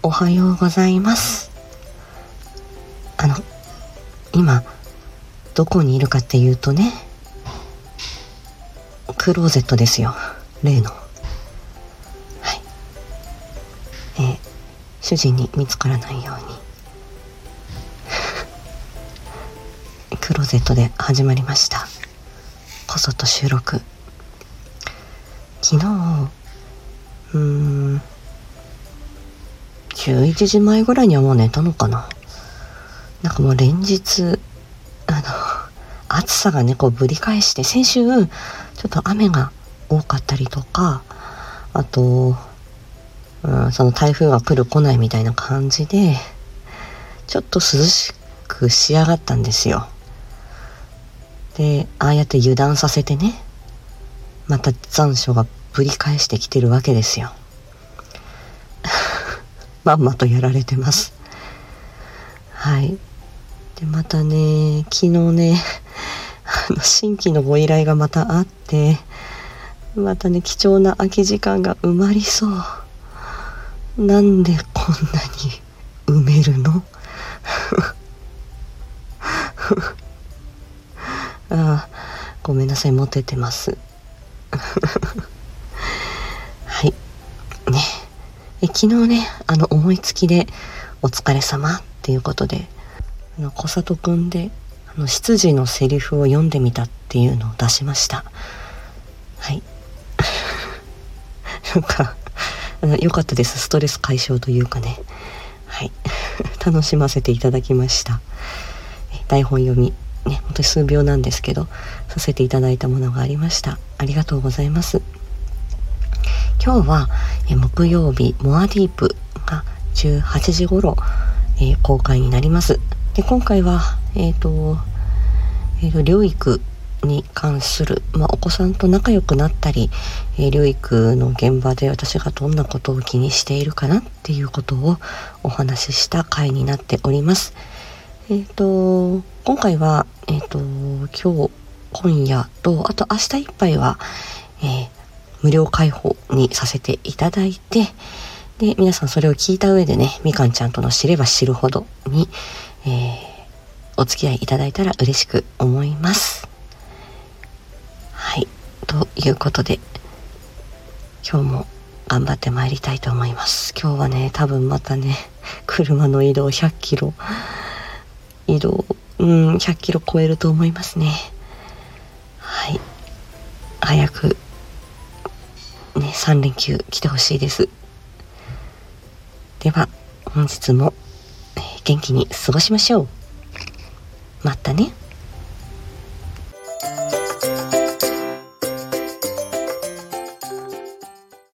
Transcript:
おはようございます。今どこにいるかっていうとね、クローゼットですよ、例の。はい、主人に見つからないようにクローゼットで始まりましたこそと収録。昨日11時前ぐらいにはもう寝たのかな。なんかもう連日暑さがねこうぶり返して、先週ちょっと雨が多かったりとか、あと、その台風が来る来ないみたいな感じでちょっと涼しく仕上がったんですよ。で、ああやって油断させてね、また残暑がぶり返してきてるわけですよ。まんまとやられてます。はい。でまたね、昨日ね新規のご依頼がまたあって、またね貴重な空き時間が埋まりそう。なんでこんなに埋めるのごめんなさい、モテてますはいね。昨日ね思いつきでお疲れ様っていうことで小里くんで執事のセリフを読んでみたっていうのを出しました。はいなんか良かったです。ストレス解消というかね、はい楽しませていただきました。台本読みね、本当に数秒なんですけどさせていただいたものがありました。ありがとうございます。今日は木曜日モアディープが18時頃、公開になります。で今回は療育に関する、お子さんと仲良くなったり、療育の現場で私がどんなことを気にしているかなっていうことをお話しした回になっております。今回は今夜とあと明日いっぱいは、無料開放にさせていただいて、で皆さんそれを聞いた上でね、みかんちゃんとの知れば知るほどに、お付き合いいただいたら嬉しく思います。はい、ということで今日も頑張ってまいりたいと思います。今日はね多分またね車の移動100キロ100キロ超えると思いますね。はい、早くね3連休来てほしいです。では本日も元気に過ごしましょう。またね。